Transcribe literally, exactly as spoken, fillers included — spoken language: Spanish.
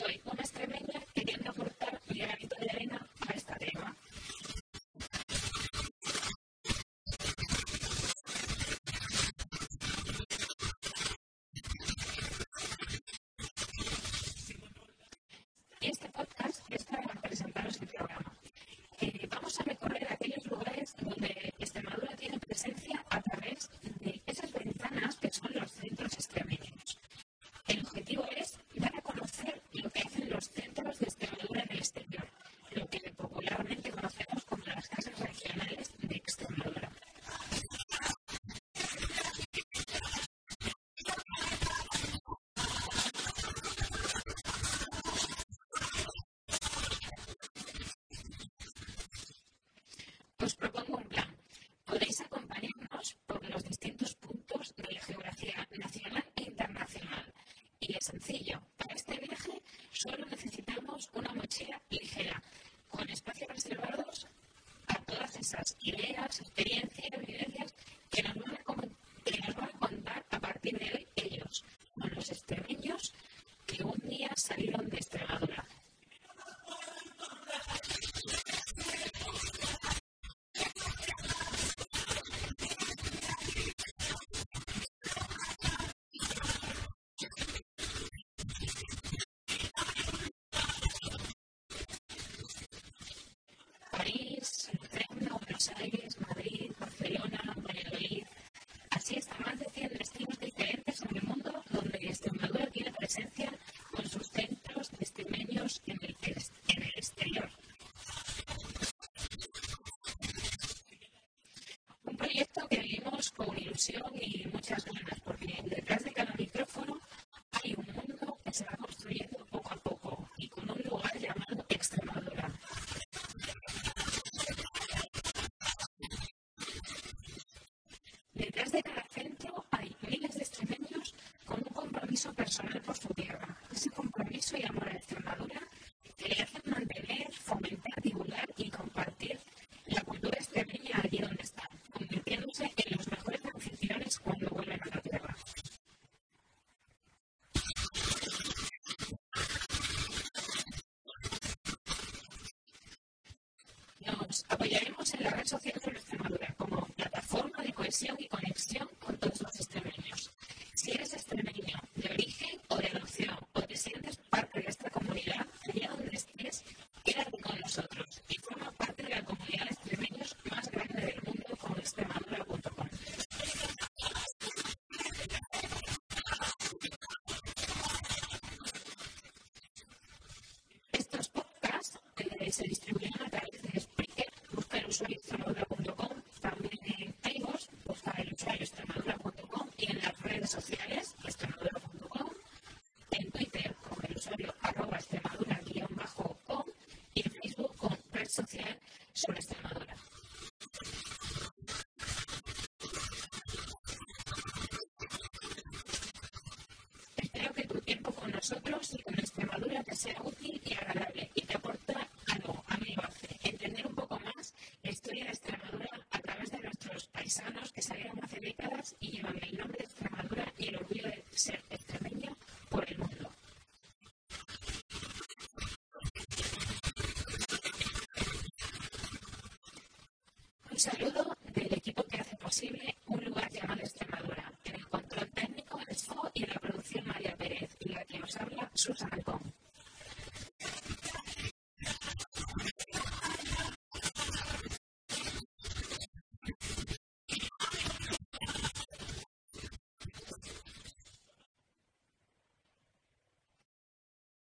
Soy una extremeña queriendo aportar mi granito de arena a este tema. Y este podcast es para presentaros el programa. Eh, vamos a recorrer aquellos lugares donde Extremadura tiene presencia a través de esas ventanas que son los centros extremeños. El objetivo es dar a conocer lo que hacen los centros de Extremadura en el exterior, lo que popularmente conocemos como las casas regionales de Extremadura. Os propongo un plan. Podéis acompañarnos por los distintos puntos de la geografía nacional e internacional. Y es sencillo. Para este viaje solo necesitamos una mochila ligera, con espacios reservados a todas esas ideas, experiencias, vivencias que nos van a, com- que nos van a contar a partir de hoy ellos, con los extremeños que un día salieron de Extremadura. París, Barcelona, Buenos Aires, Madrid, Barcelona, Valladolid. Así está más de cien destinos diferentes en el mundo donde Extremadura tiene presencia con sus centros extremeños en el, en el exterior. Un proyecto que vivimos con ilusión y muchas ganas, porque detrás de cada micrófono hay un mundo que se va construyendo poco a poco y con un lugar llamado Extremadura. Detrás de cada centro hay miles de extremeños con un compromiso personal por su tierra. Ese compromiso y amor a Extremadura que le hacen mantener, fomentar, divulgar y compartir la cultura extremeña allí donde están, convirtiéndose en los mejores anfitriones cuando vuelven a la tierra. Nos apoyaremos en la red social de Extremadura como plataforma de cohesión y conexión con todos los extremeños. Si eres extremeño de origen o de adopción o te sientes parte de esta comunidad, allá donde estés, quédate con nosotros y forma parte de la comunidad de extremeños más grande del mundo con extremadura punto com. Estos podcasts eh, se distribuyen a través de Spreaker, busca el usuario extremadura punto com, también en iVoox, busca el usuario extremadura punto com y en las redes sociales extremadura punto com, en Twitter con el usuario arroba extremadura-com y en Facebook con red social sobre Extremadura. Espero que tu tiempo con nosotros y con Extremadura te sea útil y agradable y te aporta algo, a mí lo hace, entender un poco más la historia de Extremadura a través de nuestros paisanos que salieron hace décadas y llevan el nombre de Extremadura y el orgullo de ser extremeño por el mundo. Un saludo del equipo que hace posible un lugar llamado Extremadura. En el control técnico, el S O y en la producción María Pérez y la que nos habla, Susana.